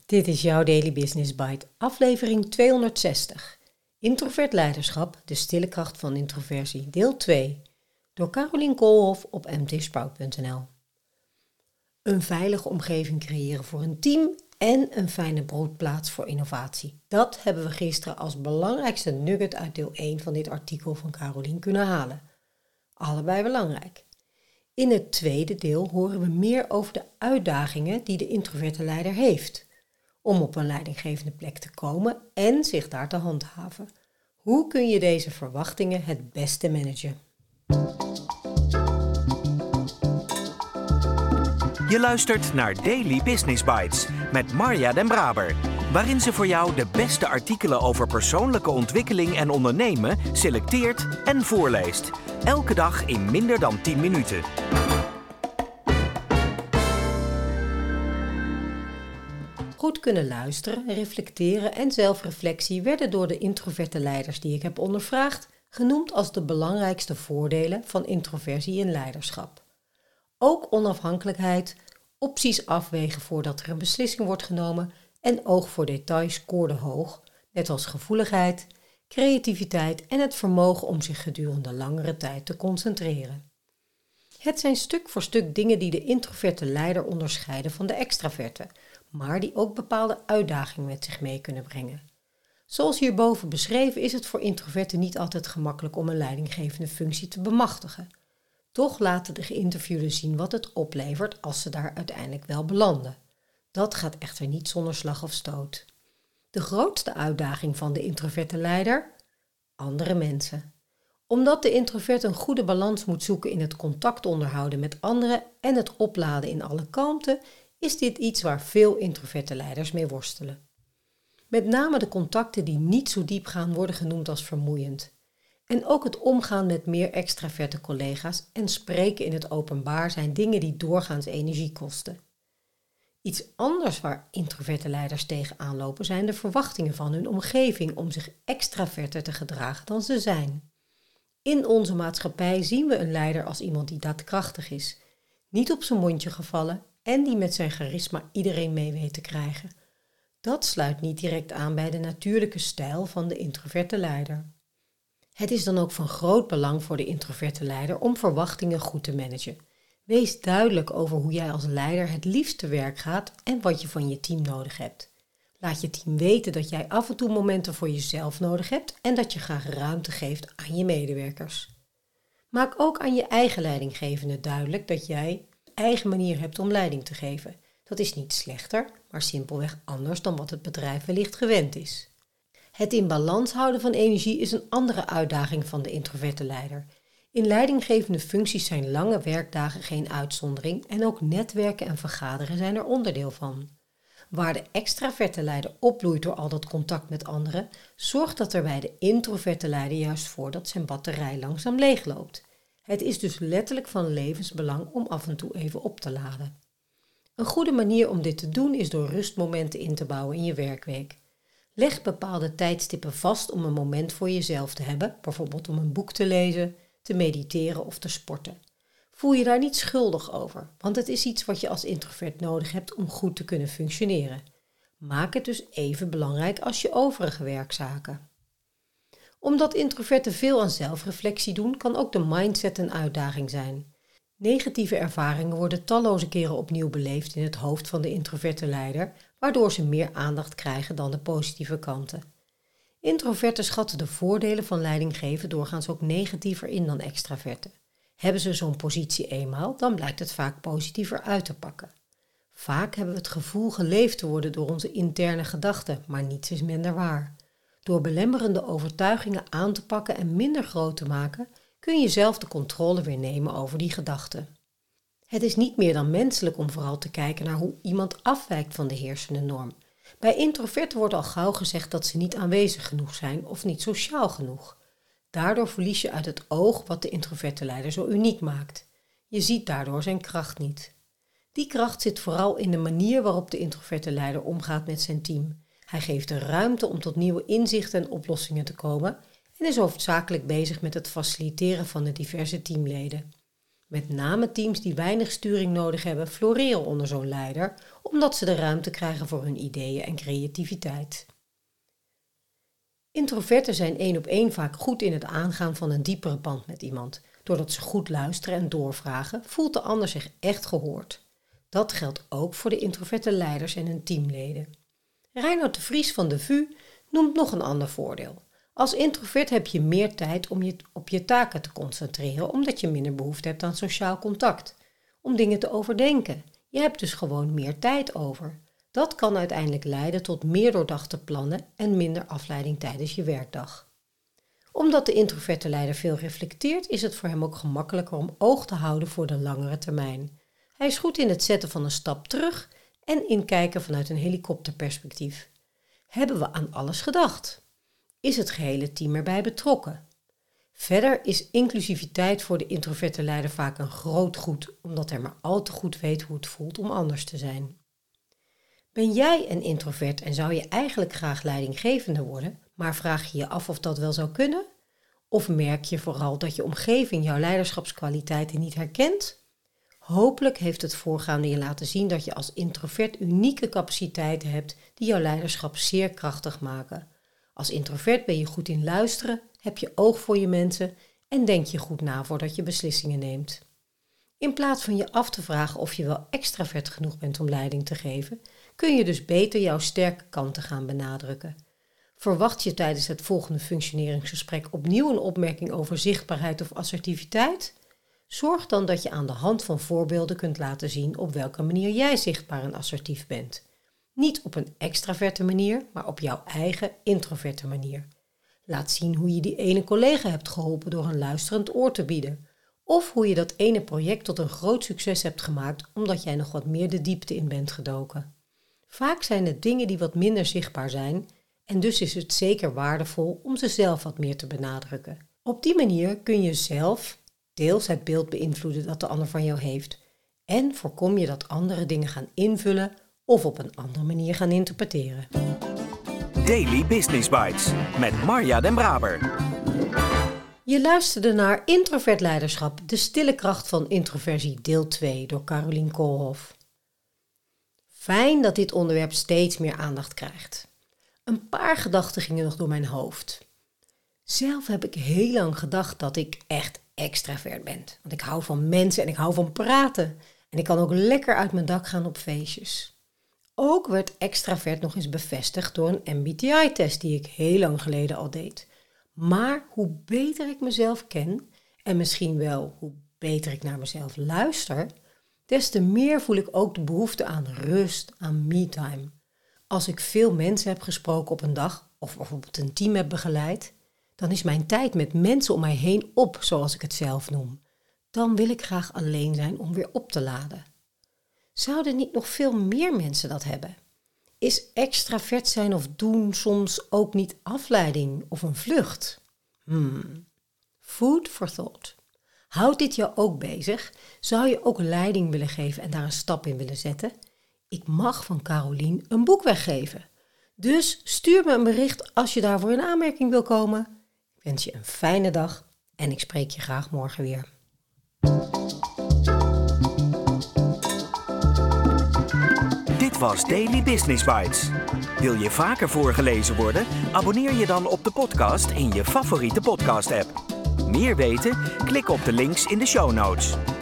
Dit is jouw Daily Business Bite, aflevering 260. Introvert leiderschap, de stille kracht van introversie, deel 2. Door Carolien Koolhof op mtsprout.nl. Een veilige omgeving creëren voor een team en een fijne broedplaats voor innovatie. Dat hebben we gisteren als belangrijkste nugget uit deel 1 van dit artikel van Carolien kunnen halen. Allebei belangrijk. In het tweede deel horen we meer over de uitdagingen die de introverte leider heeft om op een leidinggevende plek te komen en zich daar te handhaven. Hoe kun je deze verwachtingen het beste managen? Je luistert naar Daily Business Bites met Marja Den Braber, waarin ze voor jou de beste artikelen over persoonlijke ontwikkeling en ondernemen selecteert en voorleest. Elke dag in minder dan 10 minuten. Goed kunnen luisteren, reflecteren en zelfreflectie werden door de introverte leiders die ik heb ondervraagd genoemd als de belangrijkste voordelen van introversie in leiderschap. Ook onafhankelijkheid, opties afwegen voordat er een beslissing wordt genomen en oog voor details scoorden hoog, net als gevoeligheid, creativiteit en het vermogen om zich gedurende langere tijd te concentreren. Het zijn stuk voor stuk dingen die de introverte leider onderscheiden van de extraverte, maar die ook bepaalde uitdagingen met zich mee kunnen brengen. Zoals hierboven beschreven is het voor introverten niet altijd gemakkelijk om een leidinggevende functie te bemachtigen. Toch laten de geïnterviewden zien wat het oplevert als ze daar uiteindelijk wel belanden. Dat gaat echter niet zonder slag of stoot. De grootste uitdaging van de introverte leider? Andere mensen. Omdat de introvert een goede balans moet zoeken in het contact onderhouden met anderen en het opladen in alle kalmte, is dit iets waar veel introverte leiders mee worstelen. Met name de contacten die niet zo diep gaan worden genoemd als vermoeiend. En ook het omgaan met meer extraverte collega's en spreken in het openbaar zijn dingen die doorgaans energie kosten. Iets anders waar introverte leiders tegenaan lopen zijn de verwachtingen van hun omgeving om zich extraverter te gedragen dan ze zijn. In onze maatschappij zien we een leider als iemand die daadkrachtig is, niet op zijn mondje gevallen en die met zijn charisma iedereen mee weet te krijgen. Dat sluit niet direct aan bij de natuurlijke stijl van de introverte leider. Het is dan ook van groot belang voor de introverte leider om verwachtingen goed te managen. Wees duidelijk over hoe jij als leider het liefst te werk gaat en wat je van je team nodig hebt. Laat je team weten dat jij af en toe momenten voor jezelf nodig hebt en dat je graag ruimte geeft aan je medewerkers. Maak ook aan je eigen leidinggevende duidelijk dat jij eigen manier hebt om leiding te geven. Dat is niet slechter, maar simpelweg anders dan wat het bedrijf wellicht gewend is. Het in balans houden van energie is een andere uitdaging van de introverte leider. In leidinggevende functies zijn lange werkdagen geen uitzondering en ook netwerken en vergaderen zijn er onderdeel van. Waar de extraverte leider opbloeit door al dat contact met anderen, zorgt dat er bij de introverte leider juist voor dat zijn batterij langzaam leegloopt. Het is dus letterlijk van levensbelang om af en toe even op te laden. Een goede manier om dit te doen is door rustmomenten in te bouwen in je werkweek. Leg bepaalde tijdstippen vast om een moment voor jezelf te hebben, bijvoorbeeld om een boek te lezen, te mediteren of te sporten. Voel je daar niet schuldig over, want het is iets wat je als introvert nodig hebt om goed te kunnen functioneren. Maak het dus even belangrijk als je overige werkzaken. Omdat introverten veel aan zelfreflectie doen, kan ook de mindset een uitdaging zijn. Negatieve ervaringen worden talloze keren opnieuw beleefd in het hoofd van de introverte leider, waardoor ze meer aandacht krijgen dan de positieve kanten. Introverten schatten de voordelen van leidinggeven doorgaans ook negatiever in dan extraverten. Hebben ze zo'n positie eenmaal, dan blijkt het vaak positiever uit te pakken. Vaak hebben we het gevoel geleefd te worden door onze interne gedachten, maar niets is minder waar. Door belemmerende overtuigingen aan te pakken en minder groot te maken, kun je zelf de controle weer nemen over die gedachten. Het is niet meer dan menselijk om vooral te kijken naar hoe iemand afwijkt van de heersende norm. Bij introverten wordt al gauw gezegd dat ze niet aanwezig genoeg zijn of niet sociaal genoeg. Daardoor verlies je uit het oog wat de introverte leider zo uniek maakt. Je ziet daardoor zijn kracht niet. Die kracht zit vooral in de manier waarop de introverte leider omgaat met zijn team. Hij geeft de ruimte om tot nieuwe inzichten en oplossingen te komen en is hoofdzakelijk bezig met het faciliteren van de diverse teamleden. Met name teams die weinig sturing nodig hebben, floreren onder zo'n leider, omdat ze de ruimte krijgen voor hun ideeën en creativiteit. Introverten zijn 1-op-1 vaak goed in het aangaan van een diepere band met iemand. Doordat ze goed luisteren en doorvragen, voelt de ander zich echt gehoord. Dat geldt ook voor de introverte leiders en hun teamleden. Reinoud de Vries van de VU noemt nog een ander voordeel. Als introvert heb je meer tijd om je op je taken te concentreren, omdat je minder behoefte hebt aan sociaal contact. Om dingen te overdenken. Je hebt dus gewoon meer tijd over. Dat kan uiteindelijk leiden tot meer doordachte plannen en minder afleiding tijdens je werkdag. Omdat de introverte leider veel reflecteert, is het voor hem ook gemakkelijker om oog te houden voor de langere termijn. Hij is goed in het zetten van een stap terug en in kijken vanuit een helikopterperspectief. Hebben we aan alles gedacht? Is het gehele team erbij betrokken? Verder is inclusiviteit voor de introverte leider vaak een groot goed, omdat hij maar al te goed weet hoe het voelt om anders te zijn. Ben jij een introvert en zou je eigenlijk graag leidinggevende worden, maar vraag je je af of dat wel zou kunnen? Of merk je vooral dat je omgeving jouw leiderschapskwaliteiten niet herkent? Hopelijk heeft het voorgaande je laten zien dat je als introvert unieke capaciteiten hebt die jouw leiderschap zeer krachtig maken. Als introvert ben je goed in luisteren, heb je oog voor je mensen en denk je goed na voordat je beslissingen neemt. In plaats van je af te vragen of je wel extravert genoeg bent om leiding te geven, kun je dus beter jouw sterke kanten gaan benadrukken. Verwacht je tijdens het volgende functioneringsgesprek opnieuw een opmerking over zichtbaarheid of assertiviteit? Zorg dan dat je aan de hand van voorbeelden kunt laten zien op welke manier jij zichtbaar en assertief bent. Niet op een extraverte manier, maar op jouw eigen introverte manier. Laat zien hoe je die ene collega hebt geholpen door een luisterend oor te bieden. Of hoe je dat ene project tot een groot succes hebt gemaakt omdat jij nog wat meer de diepte in bent gedoken. Vaak zijn het dingen die wat minder zichtbaar zijn en dus is het zeker waardevol om ze zelf wat meer te benadrukken. Op die manier kun je zelf deels het beeld beïnvloeden dat de ander van jou heeft en voorkom je dat andere dingen gaan invullen of op een andere manier gaan interpreteren. Daily Business Bites met Marja den Braber. Je luisterde naar Introvert Leiderschap, de stille kracht van introversie, deel 2 door Carolien Koolhof. Fijn dat dit onderwerp steeds meer aandacht krijgt. Een paar gedachten gingen nog door mijn hoofd. Zelf heb ik heel lang gedacht dat ik echt extravert ben. Want ik hou van mensen en ik hou van praten. En ik kan ook lekker uit mijn dak gaan op feestjes. Ook werd extravert nog eens bevestigd door een MBTI-test die ik heel lang geleden al deed. Maar hoe beter ik mezelf ken en misschien wel hoe beter ik naar mezelf luister, des te meer voel ik ook de behoefte aan rust, aan me-time. Als ik veel mensen heb gesproken op een dag of bijvoorbeeld een team heb begeleid, dan is mijn tijd met mensen om mij heen op, zoals ik het zelf noem. Dan wil ik graag alleen zijn om weer op te laden. Zouden niet nog veel meer mensen dat hebben? Is extravert zijn of doen soms ook niet afleiding of een vlucht? Food for thought. Houdt dit jou ook bezig? Zou je ook leiding willen geven en daar een stap in willen zetten? Ik mag van Carolien een boek weggeven. Dus stuur me een bericht als je daarvoor in aanmerking wil komen. Ik wens je een fijne dag en ik spreek je graag morgen weer. Dit was Daily Business Bites. Wil je vaker voorgelezen worden? Abonneer je dan op de podcast in je favoriete podcast-app. Meer weten? Klik op de links in de show notes.